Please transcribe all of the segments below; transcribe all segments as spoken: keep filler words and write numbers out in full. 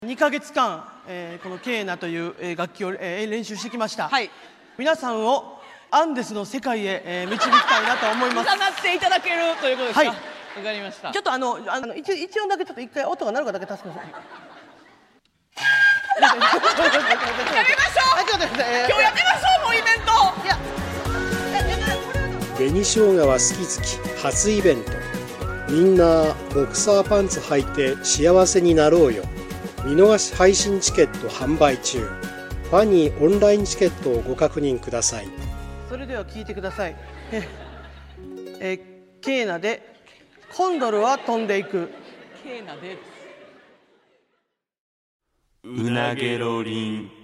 にかげつかん、えー、このケーナという、えー、楽器を、えー、練習してきました、 はい、 皆さんをアンデスの世界へ、えー、導きたいなと思います。 占っていただけるということですか。 はい、 わかりました。 ちょっとあのあの 一, 一音だけちょっと一回音が鳴るかだけ助けます。 やめましょう。今日やってましょう、もうイベント。いや、 紅しょうがは好き好き初イベント。みんなボクサーパンツ履いて幸せになろうよ。見逃し配信チケット販売中。ファニーオンラインチケットをご確認ください。 それでは聞いてください。ええケーナでコンドルは飛んでいく。 ケーナでうなげろりん。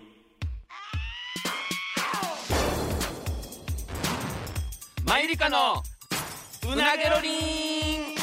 マユリカのうなげろりん。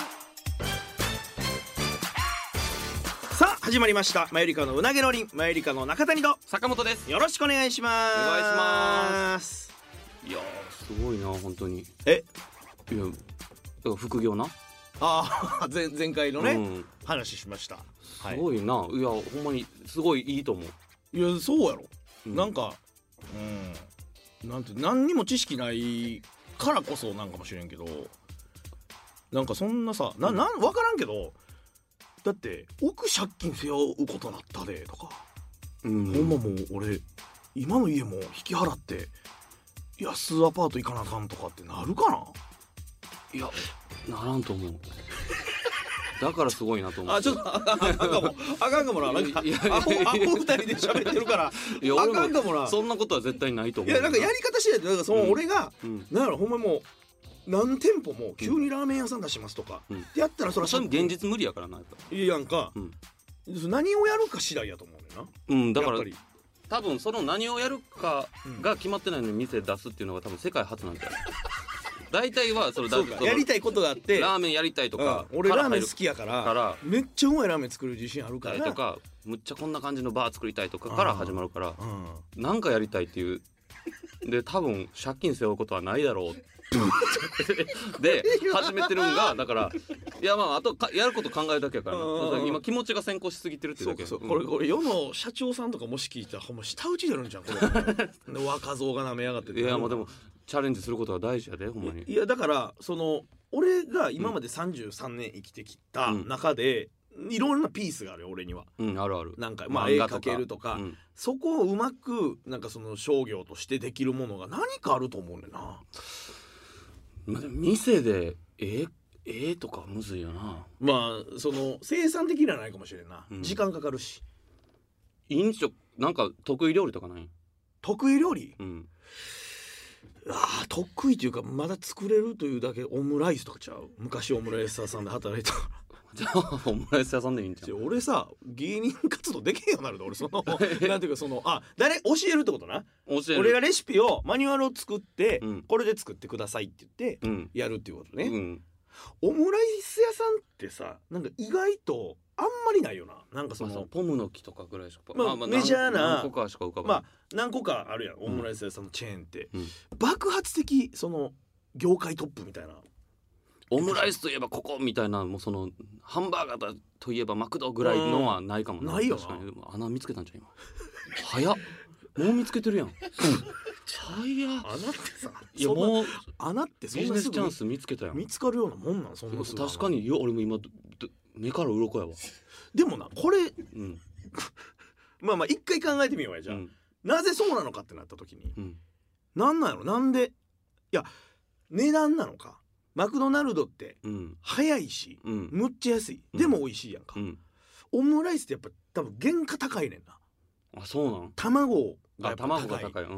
さあ始まりました、マユリカのうなげろりん。マユリカの中谷と坂本です。 よろしくお願いします。 お願いします。いやーすごいな本当に。 えいや副業なああ 前, 前回のね、うん、話しました。 すごいな、はい、いやほんまにすごいいいと思う。 いやそうやろ、うん、なんかうんなんて何にも知識ないからこそなんかもしれんけど、なんかそんなさななん分からんけど、だって億借金背負うことなったでとか、うん、ほんまもう俺今の家も引き払って安アパート行かなあかんとかってなるかな。 いやならんと思う。だからすごいなと思う。 あちょっとあかんかもあかんかもな。なんかアホアホ二人で喋ってるからいやあかんかもな。 そんなことは絶対ないと思う。 いやなんかやり方次第で、なんかその俺が、うん、なんやろほんまもう何店舗も急にラーメン屋さん出しますとか、うん、ってやったらそれは現実無理やからな。やっぱいいやんか、うん、何をやるか次第やと思うねんな。 うんだから多分その何をやるかが決まってないのに店出すっていうのが多分世界初なんじゃない。大体はそれだそうかやりたいことがあってラーメンやりたいとか、 うん、俺ラーメン好きやからからめっちゃうまいラーメン作る自信あるからとかむっちゃこんな感じのバー作りたいとかから始まるから、うん、なんかやりたいっていうで多分借金背負うことはないだろうで始めてるんがだからいやまああとかやること考えるだけやからな。今気持ちが先行しすぎてるってだけ。 そうそう、うん、これこれ世の社長さんとかもし聞いたらほんま舌打ち出るんじゃんこれで若造がなめやがってて。 いやまあでもチャレンジすることが大事やでほんまに。 いやだからその俺が今までさんじゅうさんねん生きてきた中で、うん、いろんなピースがあるよ俺には、 うん、あるある。 なんかまあ絵描けるとか、うん、そこをうまくなんかその商業としてできるものが何かあると思うねんな。 まあ、店でええとかむずいよな。 まあその生産的ではないかもしれんな、うん、時間かかるし。 飲食なんか得意料理とかない？ 得意料理、うん、あ得意というかまだ作れるというだけオムライスとかちゃう。昔オムライス屋さんで働いたじゃあオムライス屋さんでいいんじゃん。 俺さ芸人活動できへんようになるで俺そのなんていうかそのあ誰教えるってことな。教える。俺がレシピをマニュアルを作って、うん、これで作ってくださいって言って、うん、やるっていうことね、うん、オムライス屋さんってさなんか意外とあんまりないよな。なんかその、まあ、 ポムの木とかぐらいしか、 まあまあ、メジャーな何個かしか浮かばない。 まあ何個かあるやんオムライス屋さんのチェーンって、うん、爆発的その業界トップみたいな。 オムライスといえばここみたいなもうそのハンバーガーといえばマクドぐらいのはないかもな。 ないよな。 確かに穴見つけたんじゃん今。早っもう見つけてるやん。早っ。 穴ってさいやもう穴ってそんなすぐビジネスチャンス見つけたやん。 見つかるようなもんなんそんなすぐ。 確かに俺も今目から鱗やわ。 でもなこれ、うん、まあまあ一回考えてみようやじゃあ、うん、なぜそうなのかってなった時に、うん、なんなんやろなんでいや値段なのか。マクドナルドって早いし、うん、むっちゃ安い、うん、でも美味しいやんか、うん、オムライスってやっぱ多分原価高いねんな。 あそうなん。 卵がやっぱ高い、 卵が高い、うん、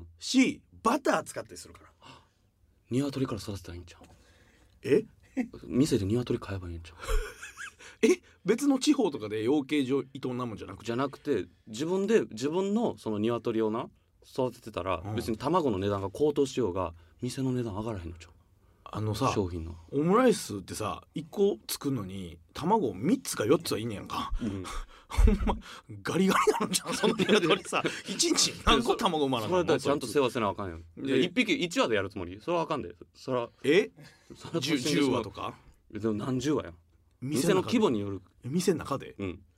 しバター使ったりするから。 鶏から育てたらいいんちゃう。 え店で鶏買えばいいんちゃう。 え別の地方とかで養鶏場営むんじゃなくてじゃなくて自分で自分のその鶏をな育ててたら、うん、別に卵の値段が高騰しようが店の値段上がらへんのちゃう。 あのさ商品のオムライスってさいっこ作るのに卵みっつかよっつはいいねやんか、うん、ほんまガリガリなのじゃんその鶏さいちにち何個卵産まなの。 それだちゃんと世話せなあかんよ。いっぴきいちわでやるつもりそれはあかんで。それはえじゅうわとかでも何十話やん。店の規模による。 店の中で、 うん、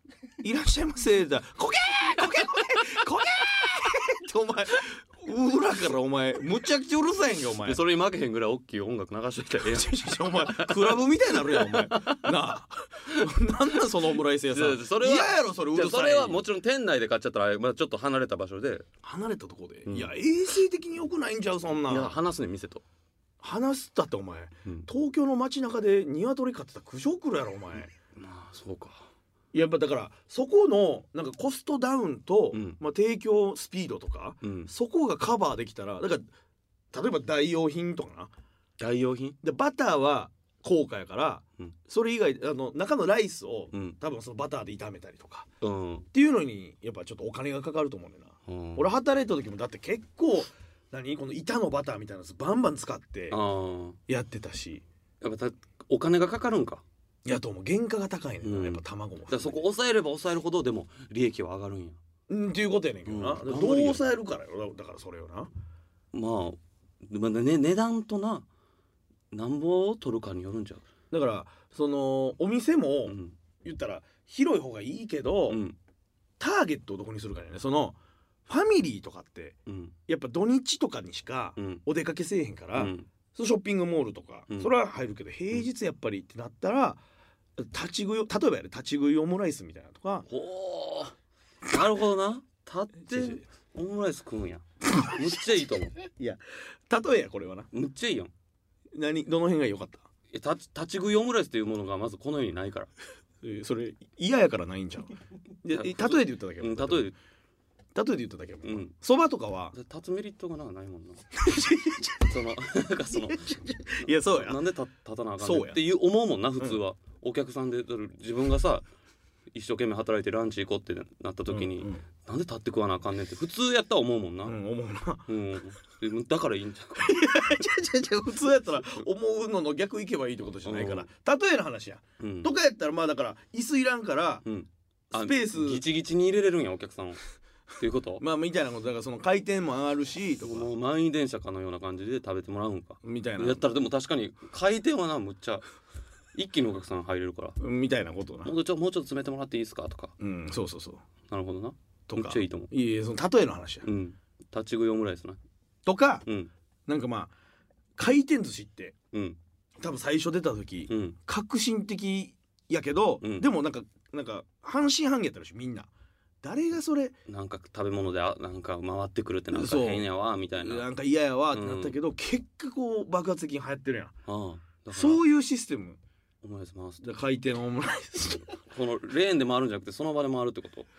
いらっしゃいませだこけーこけこけこけーってお前裏からお前むちゃくちゃうるさいんよお前でそれに負けへんぐらい大きい音楽流しといたらええやんお前クラブみたいになるやんお前なあなんなんそのオムライス屋さんそれは嫌やろそれうるさいそれはもちろん店内で買っちゃったら、まあ、ちょっと離れた場所で離れたとこで、 うん、 いや衛生的に良くないんちゃうそんないや話すね店と話すったってお前、 うん、 東京の街中で鶏飼ってたら苦情来るやろお前、 まあそうかやっぱだからそこのなんかコストダウンと、 うんまあ、提供スピードとか、 うん、 そこがカバーできたらだから例えば代用品とかな代用品でバターは高価やから、うん、それ以外あの中のライスを、うん、多分そのバターで炒めたりとか、うん、っていうのにやっぱちょっとお金がかかると思うんだよな、うん、俺働いた時もだって結構何この板のバターみたいなやつバンバン使ってやってたしやっぱお金がかかるんかいやと思う原価が高いねんな、うん、やっぱ卵もだからそこ抑えれば抑えるほどでも利益は上がるんやうんっていうことやねんけどな、うん、どう抑えるからよだからそれをなまあ、まあね、値段とななんぼを取るかによるんちゃうだからそのお店も、うん、言ったら広い方がいいけど、うん、ターゲットをどこにするかねそのファミリーとかって、うん、やっぱ土日とかにしかお出かけせえへんから、うん、そのショッピングモールとか、うん、それは入るけど平日やっぱりってなったら、うん、立ち食い例えばやる立ち食いオムライスみたいなとかほーなるほどな立ってオムライス食うんやむっちゃいいと思ういや例えやこれはなむっちゃいいやん何どの辺が良かったえた立ち食いオムライスっていうものがまずこの世にないからえそれ嫌やからないんちゃうで例えで言っただけ、うん、例えで例えで言っただけそば、うん、とかは立つメリットがなないもんなそのなんかそのいやそうやなんで立たなあかんねんっていう思うもんな普通は、うん、お客さんで自分がさ一生懸命働いてランチ行こうってなった時に、うんうん、なんで立って食わなあかんねんって普通やったら思うもんな、うん、 思うな、 うん、だからいいんじゃんいや違う違う普通やったら思うのの逆行けばいいってことじゃないから、うん、例えの話や、うん、とかやったらまあだから椅子いらんから、うん、スペースギチギチに入れれるんやお客さんをっていうことまあみたいなことだからその回転も上がるしとかもう満員電車かのような感じで食べてもらうんかみたいなやったらでも確かに回転はなむっちゃ一気にお客さん入れるからみたいなことなもうちょもうちょっと詰めてもらっていいですかとかうんそうそうそうなるほどなとかめっちゃいいと思ういやその例えの話や、 うん、立ち食いオムライスなとか、うん、なんかまあ回転寿司って、うん、多分最初出た時、うん、革新的やけど、うん、でもなんかなんか半信半疑やったらしいみんな誰がそれなんか食べ物でなんか回ってくるってなんか変やわみたいななんか嫌やわってなったけど、うん、結果こう爆発的に流行ってるやんああそういうシステムオムライス回す回転オムライスこのレーンで回るんじゃなくてその場で回るってこと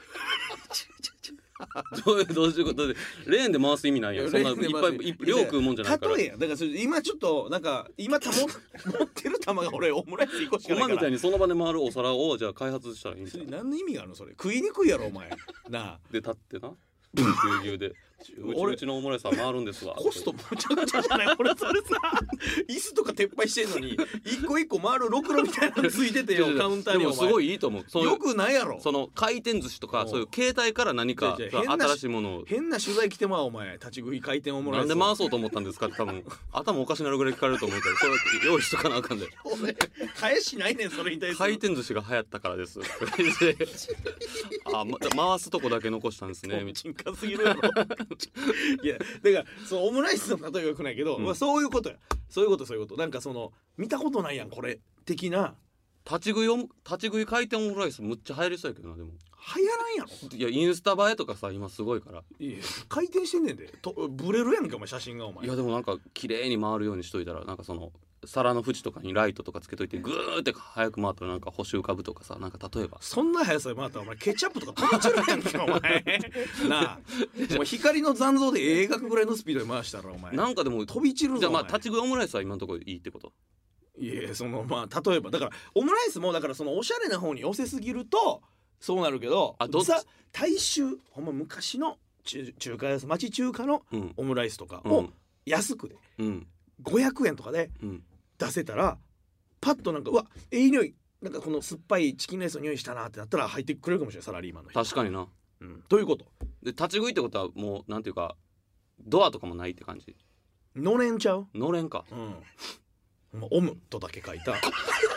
どういうどういうことでレーンで回す意味ないやんそんないっぱい量食うもんじゃないから例えやだからそれ今ちょっとなんか今たも持ってる玉が俺オムライスいっこしかないからお前みたいにその場で回るお皿をじゃあ開発したらいいんですよ何の意味があるのそれ食いにくいやろお前なあで立ってなぎゅうぎゅうでうちうちのオムライスは回るんですわコストむちゃくちゃじゃない俺それさ椅子とか撤廃してんのに一個一個回るろくろみたいなのついててよカウンターにでもすごいいいと思うよくないやろその回転寿司とかそういう携帯から何か新しいものを変な取材来てまうお前立ち食い回転オムライスなんで回そうと思ったんですかって多分頭おかしなるぐらい聞かれると思うからそれ用意しとかなあかんで俺返しないねんそれに対する回転寿司が流行ったからですあ、ま、回すとこだけ残したんですねみたいなすぎるやろいやだからそのオムライスの例えがよくないけど、うんまあ、そういうことやそういうことそういうことなんかその見たことないやんこれ的な立ち食い立ち食い回転オムライスむっちゃ流行りそうやけどなでも流行らんやろいやインスタ映えとかさ今すごいからいや回転してんねんでとブレるやんかお前写真がお前いやでもなんか綺麗に回るようにしといたらなんかその皿の縁とかにライトとかつけといてグーって早く回ったらなんか星浮かぶとかさなんか例えばそんな速さで回ったらお前ケチャップとか飛び散るやんかお前なあお前光の残像で映画ぐらいのスピードで回したらお前なんかでも飛び散るぞじゃあまあ立ち食いオムライスは今のところいいってこといやそのまあ例えばだからオムライスもだからそのおしゃれな方に寄せすぎるとそうなるけどあどっちさ大衆ほんま昔の中中華屋町中華のオムライスとかを安くで、うん、ごひゃくえんとかで出せたらパッとなんかうわええ匂いなんかこの酸っぱいチキンライスの匂いしたなってなったら入ってくれるかもしれないサラリーマンの人確かにな、 うん、ということで立ち食いってことはもうなんていうかドアとかもないって感じのれんちゃうのれんかうんオムとだけ書いた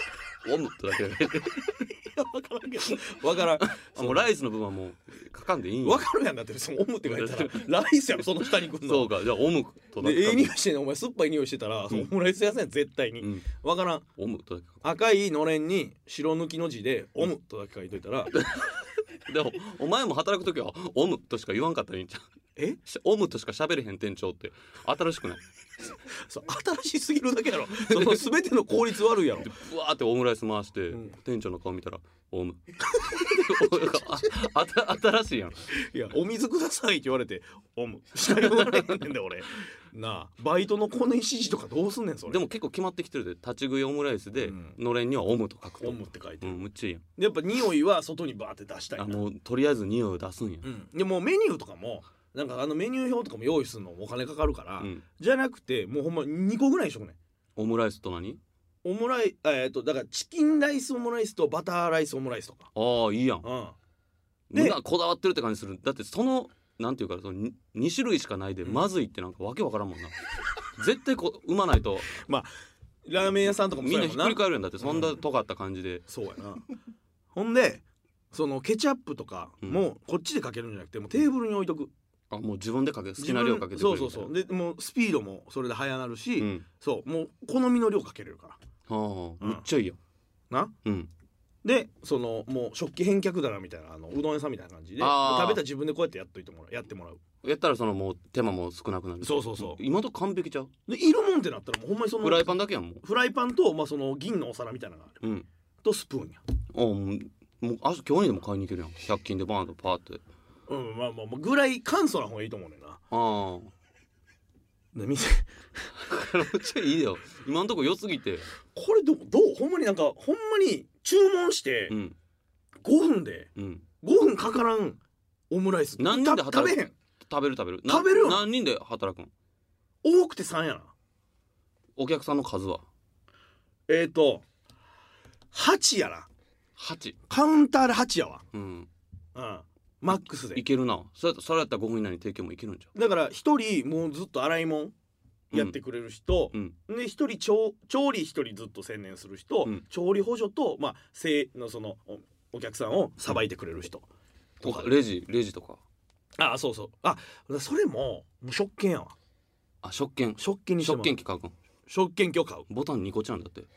オムとだけで書いて分からんけど分からんあもうライスの部分はもう書かんでいいん分かるやんだってそのオムって書いてたらライスやろその下にくんのそうかじゃあオムとだけでええ匂いしてんねんお前酸っぱい匂いしてたら、そのオムライス屋さんや絶対に、 うん、 分からんオムとだけ書く赤いのれんに白抜きの字でオムとだけ書いといたらでもお前も働く時はオムとしか言わんかったらいいんちゃうえオムとしか喋れへん店長って新しくないそう新しすぎるだけやろその全ての効率悪いやろブワーってオムライス回して、うん、店長の顔見たらオムああ新しいやんいやお水くださいって言われてオムしか言われへんねんで俺なあバイトの子の指示とかどうすんねんそれでも結構決まってきてるで立ち食いオムライスで、うん、のれんにはオムと書くとオムって書いてる、 うん、むっちゃいいやんでやっぱ匂いは外にバーって出したいなあもうとりあえず匂いを出すんや、 うん、でもメニューとかもなんかあのメニュー表とかも用意するのもお金かかるから、うん、じゃなくてもうほんまにこぐらいにしとくねんオムライスと何オムライえー、っとだからチキンライスオムライスとバターライスオムライスとかああいいやん、 うん、 でこだわってるって感じするだってそのなんていうかそのに種類しかないでまずいってなんかわけわからんもんな絶対こう生まないとまあラーメン屋さんとかもみんなひっくり返るんだってそんな尖った感じで、うん、 そうやなほんでそのケチャップとかもこっちでかけるんじゃなくてもうテーブルに置いとくあもう自分でかけ好きな量かけてくれるそうそうそうでもうスピードもそれで速なるし、 うん、 そうもう好みの量かけれるからはあ、うん、めっちゃいいよな、 うん、 でそのもう食器返却棚みたいなあのうどん屋さんみたいな感じで食べた自分でこうやってやっといてもらうやってもらうやったらそのもう手間も少なくなるそうそうそう今と完璧ちゃうでいるもんってなったらもうほんまにそのフライパンだけやんもうフライパンと、まあ、その銀のお皿みたいなのがある、うん、とスプーンやあもうもうあ今日にでも買いに行けるやんひゃく均でバーンとパーってうんまあまあぐらい簡素な方がいいと思うねんなああで見てめっちゃいいよ今のとこ良すぎてこれどどうほんまになんかほんまに注文してごふんで、うん、ごふんかからんオムライス何人で働く食べへん食べる食べる食べるよ何人で働くん多くてさんやなお客さんの数はえっ、ー、とはちやなはちカウンターではちやわうんうんマックスでいけるなそれそれやったらごふん以内に提供もいけるんじゃんだからひとりもうずっと洗い物やってくれる人、うん、でひとり調調理ひとりずっと専念する人、うん、調理補助とまあせのその お, お客さんをさばいてくれる人、 うん、とかレジレジとかああそうそうあそれももう食券やわあ食券食券にしても食券機買うか食券機を買うボタンにこちゃうんだって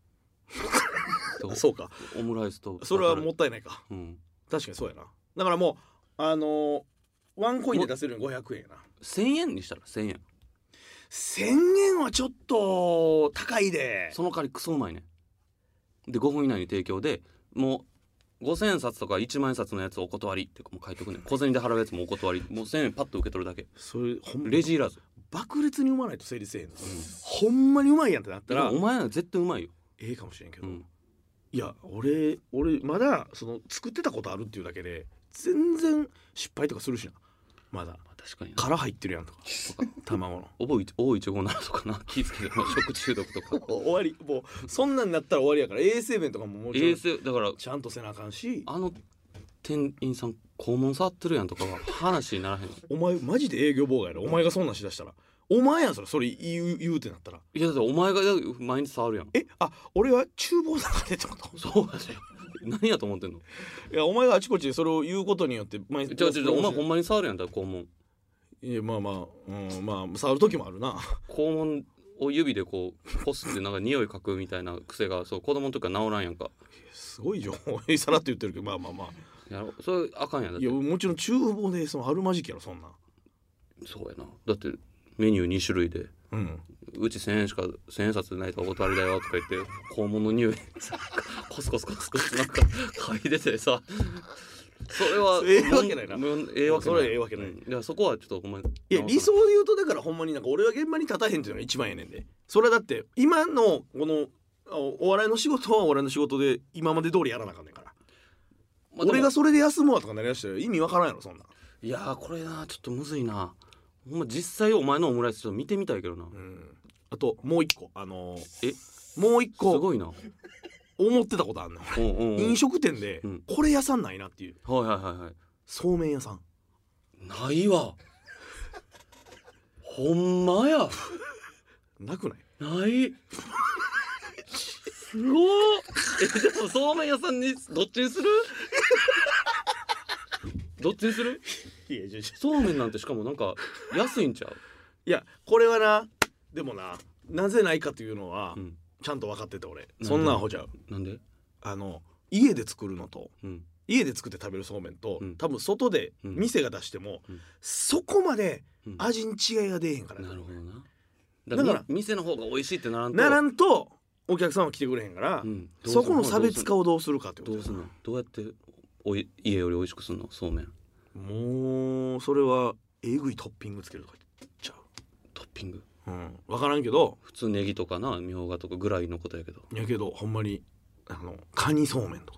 そうかオムライスとそれはもったいないか、 うん、 確かにそうやなだからもうあのー、ワンコインで出せるのごひゃくえんやなせんえんにしたらせんえんせんえんはちょっと高いでその代わりクソうまいねでごふん以内に提供でもうごせんえん札とかいちまん円札のやつお断りってもう書いとくね小銭で払うやつもお断りもうせんえんパッと受け取るだけそれほんレジいらず爆裂にうまないと成立せえへんの、うん、ほんまにうまいやんってなったらお前は絶対うまいよええかもしれんけど、うん、いや俺俺まだその作ってたことあるっていうだけで全然失敗とかするしなまだ確かに殻入ってるやんとか卵のおぼいおいちごなとかな気ぃつけて食中毒とか終わりもうそんなんなったら終わりやから衛生面とかももうちょ衛生だからちゃんとせなあかんしあの店員さん肛門触ってるやんとかは話にならへんお前マジで営業妨害やろお前がそんなんしだしたらお前やんそれそれ言う言うってなったらいやだってお前が毎日触るやんえあ俺は厨房の中でってことそうだし何やと思ってんのいやお前があちこちでそれを言うことによって毎日ちょちょお前ほんまに触るやんだ肛門いやまあまあ、うん、まあ触る時もあるな肛門を指でこうこすってなんか匂い嗅くみたいな癖がそう子供の時から治らんやんかすごい情報さらって言ってるけどまあまあまあやろそれあかんやんだっていやもちろん厨房でそのあるまじきやろそんなそうやなだってメニューに種類で、 うん、 うちせんえんしかせんえん札ないとお断りだよとか言って肛門の匂いコスコスコスコスなんか嗅いでてさそれはええわけないなええわけないそれはええわけない、 うん、いやそこはちょっとほんまにいや理想で言うとだからほんまになんか俺は現場に立たへんっていうのが一番やねんでそれはだって今のこのお笑いの仕事はお笑いの仕事で今まで通りやらなあかんねんから、まあ、俺がそれで休むわとかなりだしたら意味わからんやろそんないやーこれなちょっとむずいなほんま実際お前のオムライスちょっと見てみたいけどな、うん、 あともう一個あのー、 えもう一個すごいな思ってたことあんの飲食店でこれ屋さんないなっていう、 うん、はいはいはいはいそうめん屋さんないわほんまやなくないないすごーえでもそうめん屋さんにどっちにするどっちにするいやいやいやそうめんなんてしかもなんか安いんちゃう、 いやこれはなでもななぜないかというのは、 うん、 ちゃんと分かってて俺なんでそんなんほちゃうなんで、 あの家で作るのとうん家で作って食べるそうめんと、 うん多分外でうん店が出しても、 うんそこまでうん味に違いが出えへんから、 なるほどな。 だかだからら店の方が美味しいってならんとならんとお客さんは来てくれへんから、 うんどうするそこの差別化をどうするかってことどうすんのどうやっておい家より美味しくするのそうめんもうそれはえぐいトッピングつけるとか言っちゃトッピングう、うん、分からんけど普通ネギとかなみょうがとかぐらいのことやけどやけどほんまにあのカニそうめんとか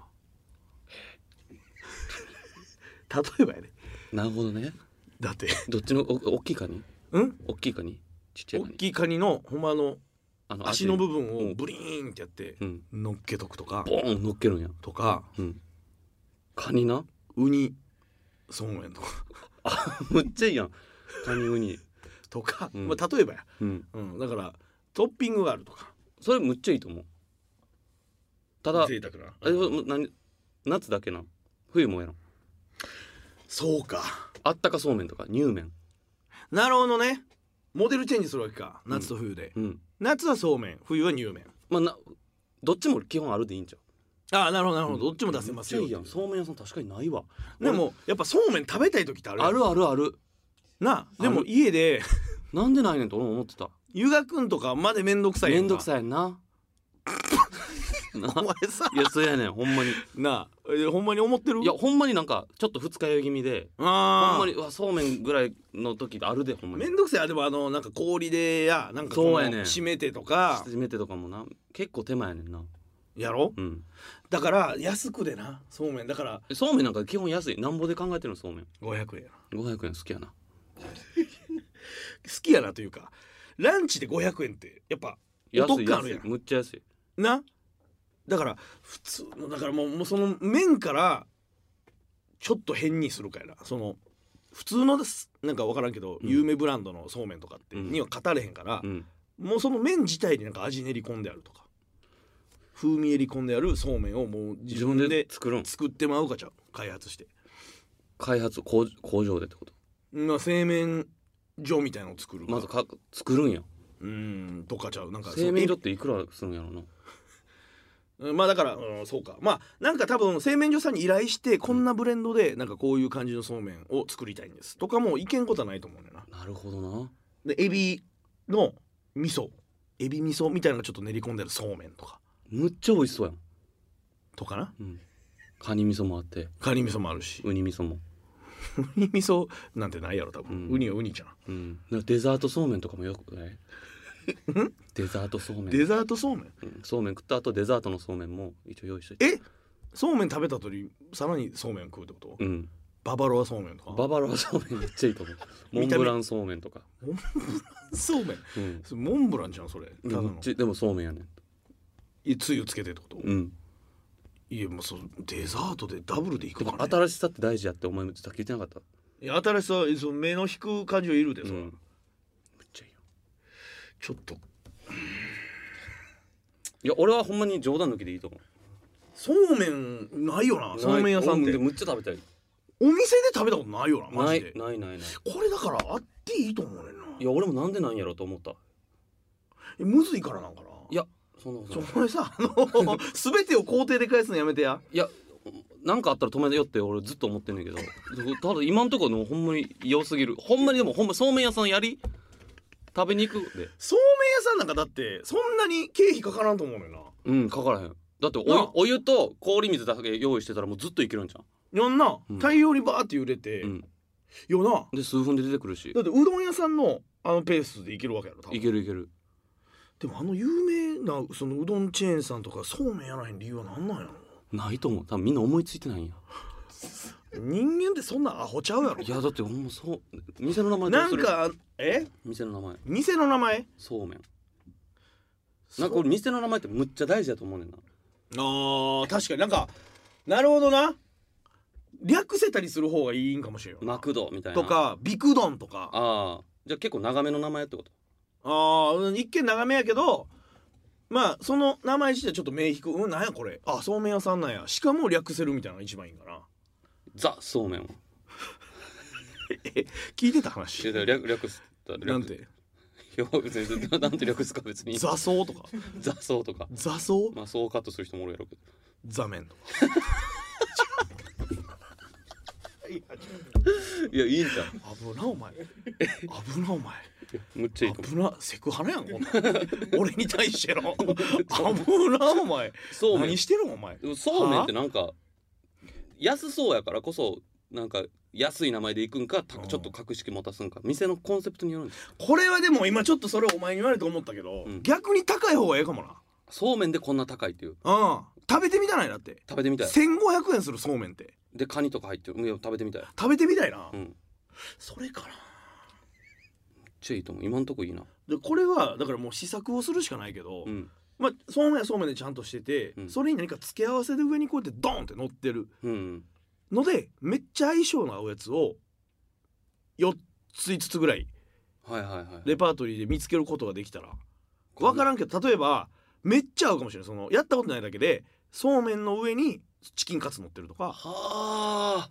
例えばやねなるほどねだってどっちのお大きいカニうん大きいカニちっちゃいカニ大きいカニのほんまのあの足の部分うんをブリーンってやってうん乗っけとくとかボーン乗っけるんやとかうんカニなウニそうめんとかむっちゃいいやんカニウニとか、 うんまあ、例えばや、 うんうん、だからトッピングがあるとかそれむっちゃいいと思うただ贅沢なえもう何夏だけな冬もやろそうかあったかそうめんとか乳麺なるほどねモデルチェンジするわけか夏と冬で、 うん夏はそうめん冬は乳麺まあなどっちも基本あるでいいんちゃうああなるほどなるほど、どっちも出せますよめっちゃいいやんそうめん屋さん確かにないわでもやっぱそうめん食べたい時ってあるやんあるあるあるなでもある家でなんでないねんと俺も思ってた湯がくんとかまでめんどくさいやんかめんどくさいななお前さいやそうやねんほんまになあえほんまに思ってるいやほんまになんかちょっと二日酔い気味でほあんまにうわそうめんぐらいの時あるでほんまにめんどくさいあでもあのなんか氷でやなんかこのそうやねん締めてとか初めてとかもな結構手間やねんなやろうんだから安くでなそうめんだからそうめんなんか基本安いなんぼで考えてるのそうめんごひゃくえんやなごひゃくえん好きやな好きやなというかランチでごひゃくえんってやっぱお安い得感あるやん安いむっちゃ安いなだから普通のだからもうもうその麺からちょっと変にするかやなその普通のですなんか分からんけど、 うん有名ブランドのそうめんとかって、 うんには語れへんからう、んもうその麺自体になんか味練り込んであるとか風味練り込んであるそうめんをもう自分で作るん作ってまうかちゃう開発して開発工工場でってことまあ製麺所みたいなのを作るかまずか作るんやうーんとかちゃうなんか製麺所っていくらするんやろなそうまあだから、うん、そうかまあなんか多分製麺所さんに依頼してこんなブレンドでなんかこういう感じのそうめんを作りたいんですとかもいけんことはないと思うねんななるほどなでエビの味噌エビ味噌みたいなのがちょっと練り込んであるそうめんとかむっちゃ美味しそうやん、 とかなうん、カニ味噌もあってカニ味噌もあるしウニ味噌も、 ウニ味噌なんてないやろ多分、 うんウニはウニじゃんうん、なんかデザートそうめんとかもよくないデザートそうめんデザートそうめんうんそうめん食った後デザートのそうめんも一応用意しといてえそうめん食べた後にさらにそうめん食うってこと、 うんババロアそうめんとかババロアそうめんめっちゃいいと思うモン見た目ブランそうめんとか、 そうめんうん、 それモンブランじゃんそれただのめっちゃでもそうめんやねんいつゆつけてってこと、 うんいやもうそうデザートでダブルでいくでもから、ね、 新しさって大事やってお前さっき言ってなかったいや新しさその目の引く感じはいるでそれ、 うんめっちゃいいよちょっといや俺はほんまに冗談抜きでいいと思うそうめんないよなそうめん屋さんってでむっちゃ食べたいお店で食べたことないよなマないジでないないないこれだからあっていいと思うねんないや俺もなんでなんやろうと思ったえむずいからなんかないやそんなことないお前さあの全てを肯定で返すのやめてやいやなんかあったら止めてよって俺ずっと思ってんねんけどただ今んところほんまに良すぎるほんまにでもほんまそうめん屋さんやり食べに行くでそうめん屋さんなんかだってそんなに経費かからんと思うねんなうんかからへんだってお湯なあお湯と氷水だけ用意してたらもうずっといけるんじゃやんな、 うん大量にバーって揺れて、 んうんよなで数分で出てくるしだってうどん屋さんのあのペースでいけるわけやろ多分いけるいけるでもあの有名なそのうどんチェーンさんとかそうめんやらへん理由は何なんやろないと思う多分みんな思いついてないんや人間ってそんなアホちゃうやろいやだってほんまそう店の名前どうんするなかえ店の名前店の名前そうめんなんか俺店の名前ってむっちゃ大事だと思うねんなあー確かになんかなるほどな略せたりする方がいいんかもしれんよなマクドみたいなとかビクドンとかああじゃあ結構長めの名前ってことあー一見長めやけどまあその名前自体ちょっと目引く。うん、なんやこれ、あ、そうめん屋さんなんや。しかも略せるみたいなのが一番いいんかな。 ザそうめんはえ、聞いてた話。 いや略略す略なんていや別になんて略すか別に座奏とかザそうとか座奏、 まあそうカットする人もおるやろうけど座面とかいやいいんじゃん危なお前危なお前むっちゃいいと思う危なセクハラやんこんなん俺に対しての危なお前そうめん何してるんお前。 でもそうめんってなんか安そうやからこそなんか安い名前で行くんかたちょっと格式持たすんか店のコンセプトによるんですよ。 これはでも今ちょっとそれお前に言われて思ったけど、 うん逆に高い方がええかもな。 そうめんでこんな高いっていううん食べてみたない。だって食べてみたいせんごひゃくえんするそうめんってでカニとか入ってるいや食べてみたい食べてみたいな、 うんめっそれかな。 ちゃいいと思う今んとこいいなでこれはだからもう試作をするしかないけど、 うんまあそうめんはそうめんでちゃんとしてて、 うんそれに何か付け合わせで上にこうやってドーンって乗ってるうんのでめっちゃ相性の合うやつをよっついつつぐらいはいはいはいレパートリーで見つけることができたら分からんけど、例えばめっちゃ合うかもしれない。そのやったことないだけでそうめんの上にチキンカツ乗ってるとか。 はあ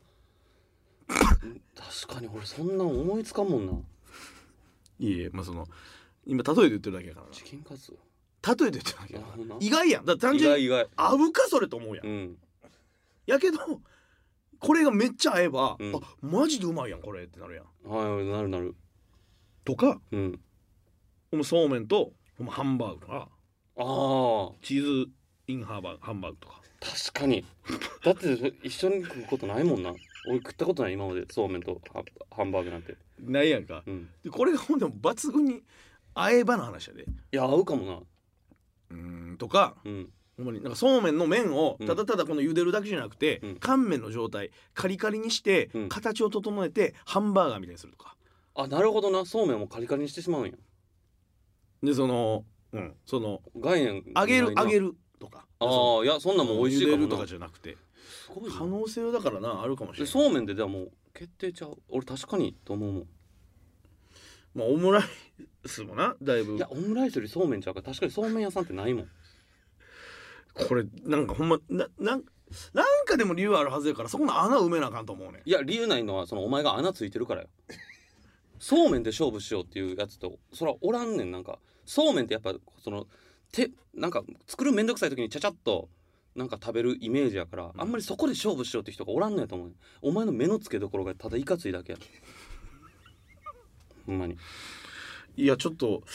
確かに俺そんなん思いつかんもんないいえ、まあその今例えで言ってるだけやからチキンカツな。例えで言ってるだけやかなるほどなら意外やん。だって単意純に外意外合うかそれと思うやん、 うんやけどこれがめっちゃ合えば、 うんあマジでうまいやんこれってなるやんはいなるなるとか、 うんほんまそうめんとほんまハンバーグとかああチーズインハンバーグハンバーグとか。 確かにだって一緒に食うことないもんな俺食ったことない今までそうめんとハハンバーグなんてないやんか、 うんでこれがほんでも抜群に合えばの話やで。 いや合うかもなうーんとかうんほんまになんかそうめんの麺をうんただただこの茹でるだけじゃなくて、 うん乾麺の状態カリカリにして、 うん形を整えてハンバーガーみたいにするとか。 あなるほどなそうめんもカリカリにしてしまうんやでそのうんその概念揚げる揚げるるとか。 ああいやそんなんも美味しいかもな茹でるとかじゃなくてすごいな可能性はだからなあるかもしれない。 でそうめんでではもう決定ちゃう俺確かにと思うもんまあオムライスもなだいぶいやオムライスよりそうめんちゃうから確かにそうめん屋さんってないもんこれなんかほんまななんなんかでも理由あるはずやからそこの穴埋めなあかんと思うね。 いや理由ないのはそのお前が穴ついてるからよそうめんで勝負しようっていうやつとそれはおらんねん。なんかそうめんってやっぱそのてなんか作るめんどくさい時にちゃちゃっとなんか食べるイメージやから、あんまりそこで勝負しようって人がおらんのやと思う。お前の目の付けどころがただいかついだけやほんまに。 いやちょっと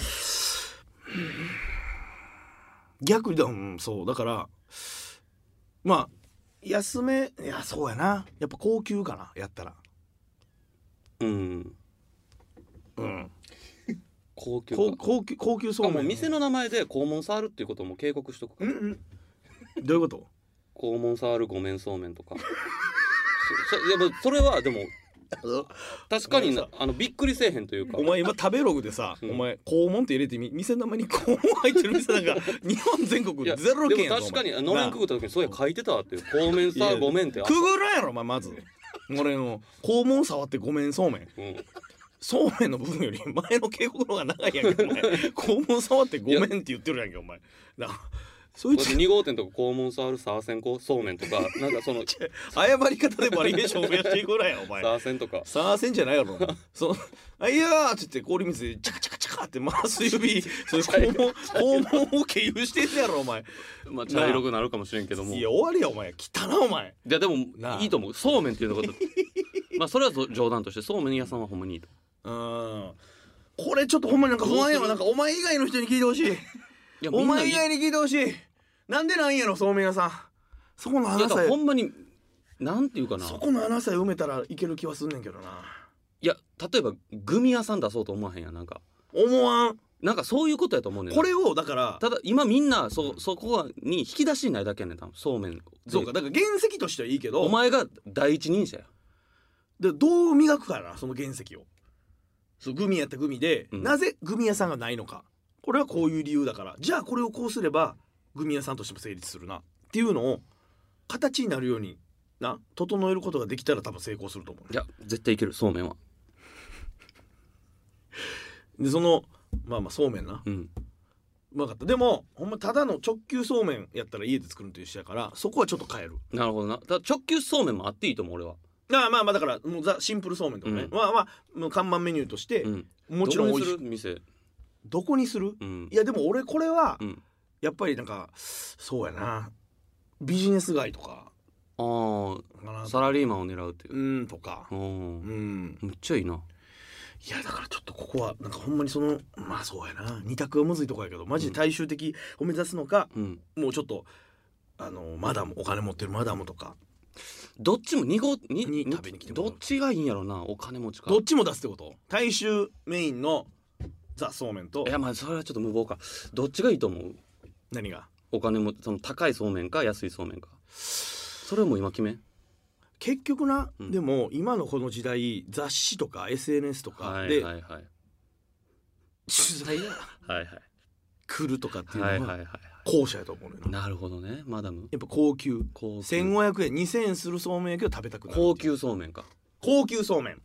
逆にだ、うん、そうだからまあ安めいやそうやなやっぱ高級かなやったらうんうん高級か高高級高級そうめんあもう店の名前で肛門触るっていうことも警告しとくからうんうんどういうこと？ 肛門触るごめんそうめんとかそそいやまあそれはでも確かになあのびっくりせえへんというかお前今食べログでさ、 うんお前肛門って入れてみ店の名前に肛門入ってる店なんか日本全国いやゼロで件やぞも確かにお前のれんくぐった時にそうや書いてたわっていう肛門さごめんってあくぐるやろお前まず俺の肛門触ってごめんそうめんうんそうめんの部分より前の警告の方が長いやんけお前肛門触ってごめんって言ってるやんけお前なそいつに号店とか肛門触るサーセンコそうめんとかなんかその謝り方でバリエーションを増やしていくらやお前サーセンとかサーセンじゃないやろお前そのあいやーって言って氷水でチャカチャカチャカって回す指それ肛門肛門を経由してんやろお前まあ茶色くなるかもしれんけどもいや終わりやお前汚なお前いやでもなあいいと思うそうめんっていうのことまあそれは冗談としてそうめん屋さんはほんまにいいとうんこれちょっとほんまになんか不安やわなんかお前以外の人に聞いてほしいいやお前以い外に聞いてほしいなんでなんやろそうめん屋さんそこのいやだから穴さえほんまになんていうかなそこの穴さえ埋めたらいける気はすんねんけどないや例えばグミ屋さん出そうと思わへんやんなんか思わんなんかそういうことやと思うねんなこれをだからただ今みんなそそこに引き出しないだけやねん多分そうめんでそうかだから原石としてはいいけどお前が第一人者やでどう磨くかなその原石をそうグミやったグミで、 うんなぜグミ屋さんがないのかこれはこういう理由だからじゃあこれをこうすればグミ屋さんとしても成立するなっていうのを形になるようにな整えることができたら多分成功すると思う、 いや絶対いけるそうめんはでそのまあまあそうめんなうんまかった。でもほんまただの直球そうめんやったら家で作るっていう人やからそこはちょっと変える。 なるほどな。だから直球そうめんもあっていいと思う俺は。 ああまあまあだからもうザシンプルそうめんとかね、 うんまあまあもう看板メニューとして、 うん、 もちろんどこに美味しい。 する店。 どこにする、 うん、 いやでも俺これは、 うん、 やっぱりなんかそうやなビジネス街とかあかなあサラリーマンを狙うっていう。 うんとかううんんめっちゃいいな。 いやだからちょっとここはなんかほんまにそのまあそうやな二択はむずいとこやけどマジで大衆的を目指すのか、 うん、 もうちょっとあのマダムお金持ってるマダムとかどっちもに号にに食べに来てもらうどっちがいいんやろな。お金持ちかどっちも出すってこと？大衆メインのザそうめんといやまあそれはちょっと無謀か。どっちがいいと思う？ 何がお金もその高いそうめんか安いそうめんか。それも今決め。 結局な、 うんでも今のこの時代雑誌とか エスエヌエス とかはいではいはい取材がはいはい来るとかっていうのはいはいははい後者やと思うのよな。 なるほどね。マダムやっぱ高級高級せんごひゃくえんにせんえんするそうめんやけど食べたくなる高級そうめんか。 高級そうめん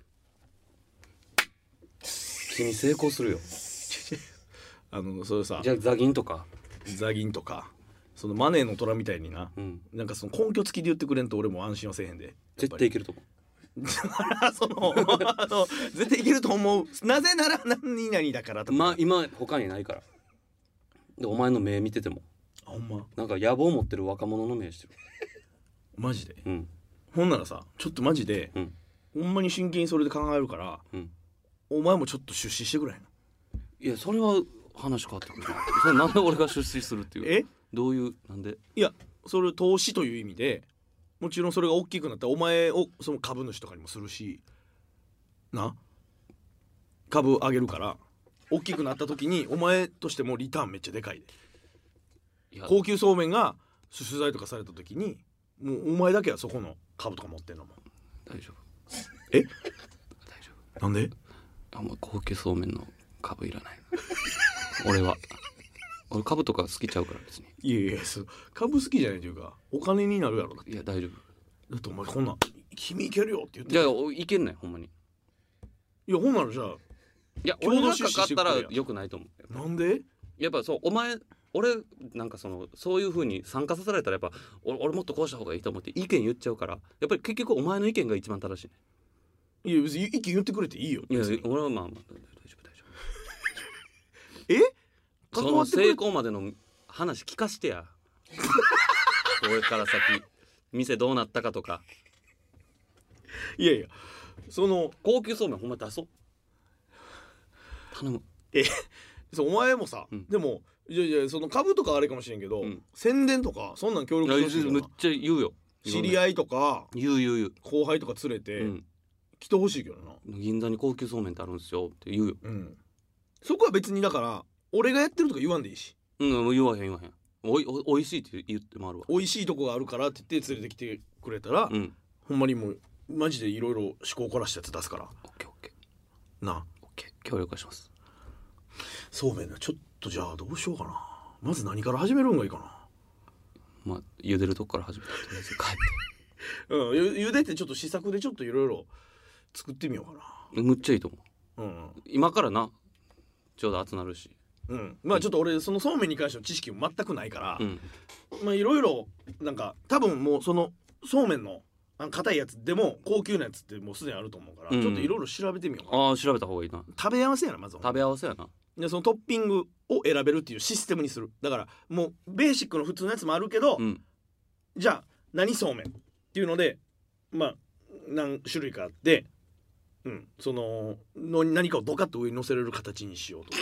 君成功するよ。 あのそれさじゃあザギンとか。 ザギンとかそのマネーの虎みたいにな、 うんなんかその根拠付きで言ってくれんと俺も安心はせえへんで。 絶対いけると思う。 だからそのあの絶対いけると思う。なぜなら何々だからとか。 まあ今他にないから。でお前の目見ててもあほんまなんか野望持ってる若者の目してる。 マジで。 うんほんならさちょっとマジで、 うんほんまに真剣にそれで考えるから、 うん。 お前もちょっと出資してくれへんの？ いやそれは話変わってくるな。それなんで俺が出資するっていう。 えどういうなんで。 いやそれ投資という意味でもちろんそれが大きくなったらお前をその株主とかにもするしな株上げるから大きくなった時にお前としてもリターンめっちゃでかいで。 いや高級そうめんが取材とかされた時にもうお前だけはそこの株とか持ってんのもん。 大丈夫。 え大丈なんで？ 夫。あんま高級そうめんの株いらない。俺は俺株とか好きちゃうから別に。 いやいやそう株好きじゃないというかお金になるやろ。だっていや大丈夫。 だってお前こんなん君いけるよって言ってじゃあいけんねんほんまに。 いやほんならじゃあいや共同俺が出資してくれやかかったら良くないと思う。 なんで？ やっぱそうお前俺なんかそのそういう風に参加させられたらやっぱ俺俺もっとこうした方がいいと思って意見言っちゃうからやっぱり結局お前の意見が一番正しいね。 いや別に意見言ってくれていいよ。 いや別に俺はまあまあ大丈夫大丈え夫。その関わってくれ成功までの話聞かしてや。これから先店どうなったかとか。 いやいやその高級そうめんほんま出そう。頼む。 えそうお前もさ、 うんでもいやいやその株とかあれかもしれんけど、 うん宣伝とかそんなん協いや力してほしいよな。 めっちゃ言うよ。い知り合いとか言う言う言う。 後輩とか連れて、 うん。 来てほしいけどな。 銀座に高級そうめんってあるんですよって言うよ。 うんそこは別にだから俺がやってるとか言わんでいいしうんもう言わへん言わへん。おいおおいしいって言ってもあるわ。 美味しいとこがあるからって言って連れてきてくれたら、 うん。 ほんまにもうマジでいろいろ思考を凝らしたやつ出すからオッケーオッケーな。 オッケー協力はします。 そうめんなちょっとじゃあどうしようかな。まず何から始めるんがいいかな。 まあ茹でるとこから始めたとりあえず帰って。 うんゆ茹でてちょっと試作でちょっといろいろ作ってみようかむっちゃいいと思う。 な。うん今からなちょうど集まるし。 うんまあちょっと俺そのそうめんに関しての知識も全くないから、 うん。 まあいろいろなんか多分もうそのそうめんのあの硬いやつでも高級なやつってもうすでにあると思うから、 うんちょっといろいろ調べてみようかな。 ああ調べた方がいいな。 食べ合わせやなまず食べ合わせやな。 でそのトッピングを選べるっていうシステムにする。だからもうベーシックの普通のやつもあるけど、 うん。 じゃあ何そうめんっていうのでまあ何種類かあってうんそのの何かをドカッと上に乗せれる形にしようと。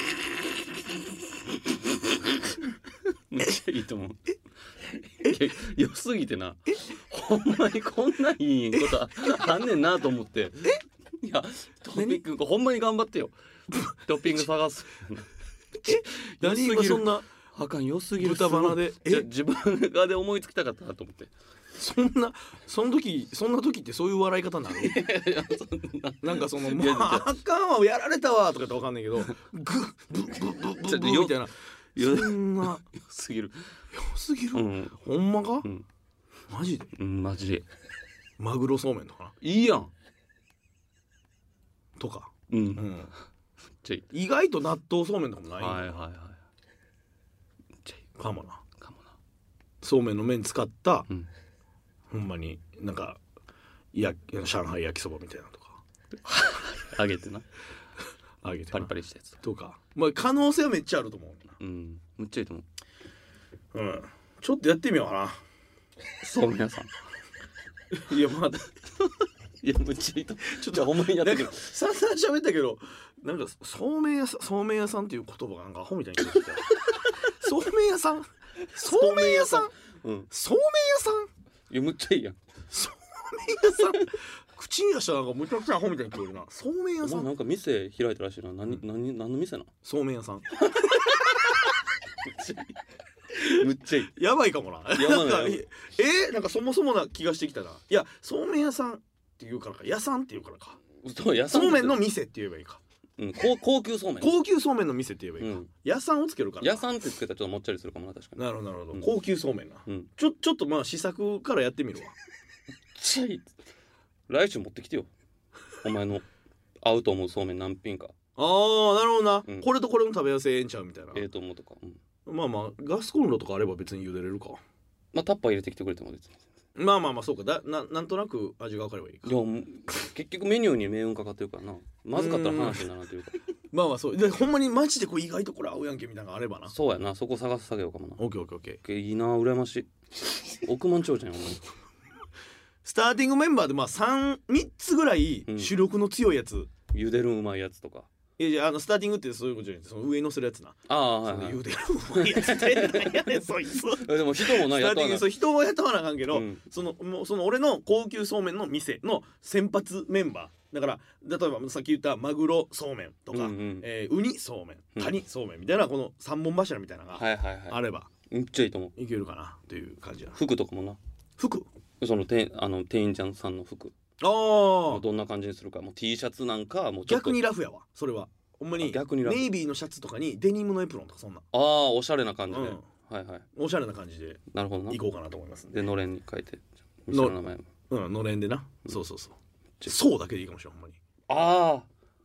めっちゃいいと思う。いや良すぎてな。ほんまにこんないいことあんねんなと思って。いやトッピングほんまに頑張ってよ。トッピング探す。 何良すぎるがそんなあかん良すぎる。 豚鼻でじゃえ自分がで思いつきたかったなと思って。 そんなその時そんな時ってそういう笑い方になるなんかその「もうあかんわやられたわ」とかって分かんないけどグッブッブッブッブッブッみたいなそんな良すぎる。 良すぎる、 うんほんまか、 うんマジでうんマジでマグロそうめんとかないいやん。 とか、 うん。 うん、 じゃ意外と納豆そうめんとかもないんだはいはいはい。 かもなかもな。 そうめんの麺使った、 うん、 ほんまになんかや上海焼きそばみたいなとか揚げてな揚げてパリパリしたやつとか、まあ可能性はめっちゃあると思うな。 うんむっちゃいいと思う。 うんちょっとやってみようかな。 そうめん屋さんいやまあいやむっちゃいいとちょっとほんまにやってくる。 散々喋ったけどなんかそうめん屋さんそうめん屋さんっていう言葉がなんかアホみたいに聞こえてきたそうめん屋さんそうめん屋さんうんそうめん屋さんいやむっちゃいいやん。 そうめん屋さん口に出したらなんかむちゃくちゃアホみたいに聞こえるな。そうめん屋さんお前なんか店開いたらしいな。何何何の店な。 そうめん屋さんむっちゃいい。 やばいかもな。 やばいななんかえー、なんかそもそもな気がしてきたな。いやそうめん屋さんって言うからか屋さんって言うからか。 そう屋さんそうめんの店って言えばいいか。 うん高高級そうめん。 高級そうめんの店って言えばいいか。 うん屋さんをつけるからか。 屋さんってつけたらちょっともっちゃりするかもな確かに。 なるほどなるほど、 うん高級そうめんな、 うんちょちょっとまあ試作からやってみるわ。 ちゃいい。来週持ってきてよ。お前の合うと思うそうめん何品か。 あーなるほどな、 うんこれとこれの食べ合わせええんちゃうみたいな、 ええと思うとか。うん、 まあまあガスコンロとかあれば別に茹でれるか。 まあタッパー入れてきてくれても別に。 まあまあまあそうかだ な, なんとなく味が分かればいいか。 いやもう結局メニューに命運かかってるからな。まずかったら話にならんっていうか。 まあまあそうでほんまにマジでこう意外とこれ合うやんけみたいなのがあればな。 そうやな。そこ探す作業かもな。 オッケーオッケーオッケー。 いいな羨ましい。億万長者やんお前。 スターティングメンバーでまあさん、みっつぐらいうん主力の強いやつ、 茹でるうまいやつとか。 いやいやあのスターティングってそういうことじゃなくてその上に乗せるやつな。 ああはいはい。 その茹でるうまいやつって何やねんそいつ。 えでも人もなスターティングやったわな。 そう人を雇わなあかんけど、 うんそのもうその俺の高級そうめんの店の先発メンバーだから例えばさっき言ったマグロそうめんとか、 うんうんえーウニそうめんうんカニそうめんみたいなこの三本柱みたいなのがはいはいはい。 あればめっちゃいいと思う。 いけるかなっていう感じやな。 服とかもな。 服その店あの店員ちゃんさんの服。 ああもうどんな感じにするか。もう T シャツなんかもうちょっと逆にラフやわそれはほんまにあ逆にラフネイビーのシャツとかにデニムのエプロンとかそんな、 ああおしゃれな感じで。 うんはいはい。 おしゃれな感じでなるほどな。 行こうかなと思いますんででのれんに書いて店の名前も。 うんのれんでな、 うんそうそうそうちょそうだけでいいかもしれんほんまにああ。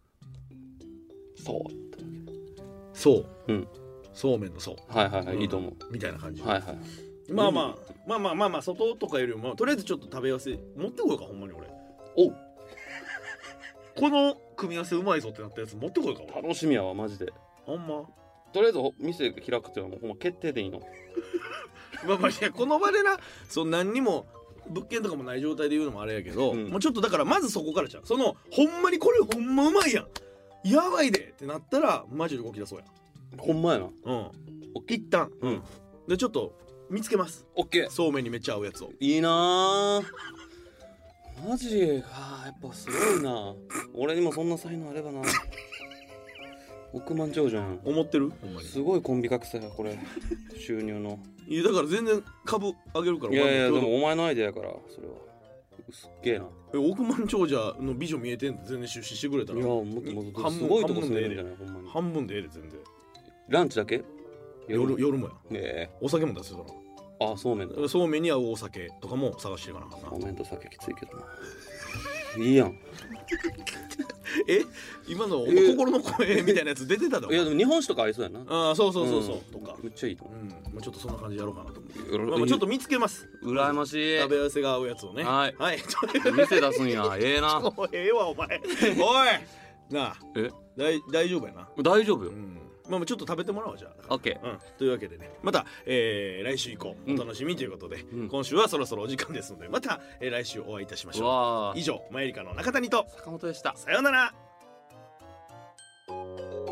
そう。 そううん。 そうめんのそうはいはいはい、 うんいいと思う。 みたいな感じ、 はいはい。 まあまあまあまあまあまあ外とかよりもとりあえずちょっと食べ合わせ持ってこようかほんまに俺おうこの組み合わせうまいぞってなったやつ持ってこようか俺楽しみやわマジで。 ほんまとりあえず店開くっていうのはもうほんま決定でいいの。 まあまあいやこの場でなそう何にも物件とかもない状態で言うのもあれやけど、 うんもうちょっとだからまずそこからちゃうそのほんまにこれほんまうまいやんやばいでってなったらマジで動き出そうやほんまやな。 うんオッケー。 一旦うんでちょっと見つけますオッケー。 そうめんにめっちゃ合うやつをいいなー。マジかやっぱすごいな。俺にもそんな才能あればな。億万長者やん。 思ってるほんまにすごいコンビ格差やこれ。収入の。 いやだから全然株上げるからいやいやでお前もお前のアイデアやからそれは。すっげえな。 え億万長者のビジョン見えてんって全然出資してくれたらいやもっともっと半分すごいとこ半分でええで住めるんじゃないほんまに。 半分でええで全然ランチだけ？ 夜夜もやえお酒も出すよえあそうめんだ。 そらそうめんに合うお酒とかも探していかなあかんなそうめんと酒きついけどな。いいやん。 え今のえ心の声みたいなやつ出てただろいやでも日本酒とか合いそうやな。 ああそうそうそうそう、 うんとかめっちゃいいと思うんまあ、ちょっとそんな感じでやろうかなと思って、 う。 まあまあちょっと見つけます羨ましい。 食べ合わせが合うやつをねはいはい店出すんや。ええな。 もうええわお前おいなあえ大大丈夫やな大丈夫よう。んまあまあちょっと食べてもらおうじゃあオッケー。 うん、というわけでねまた、えー来週以降お楽しみということで、 うん今週はそろそろお時間ですのでまた、えー来週お会いいたしましょうわう以上マユリカの中谷と坂本でした。 さようなら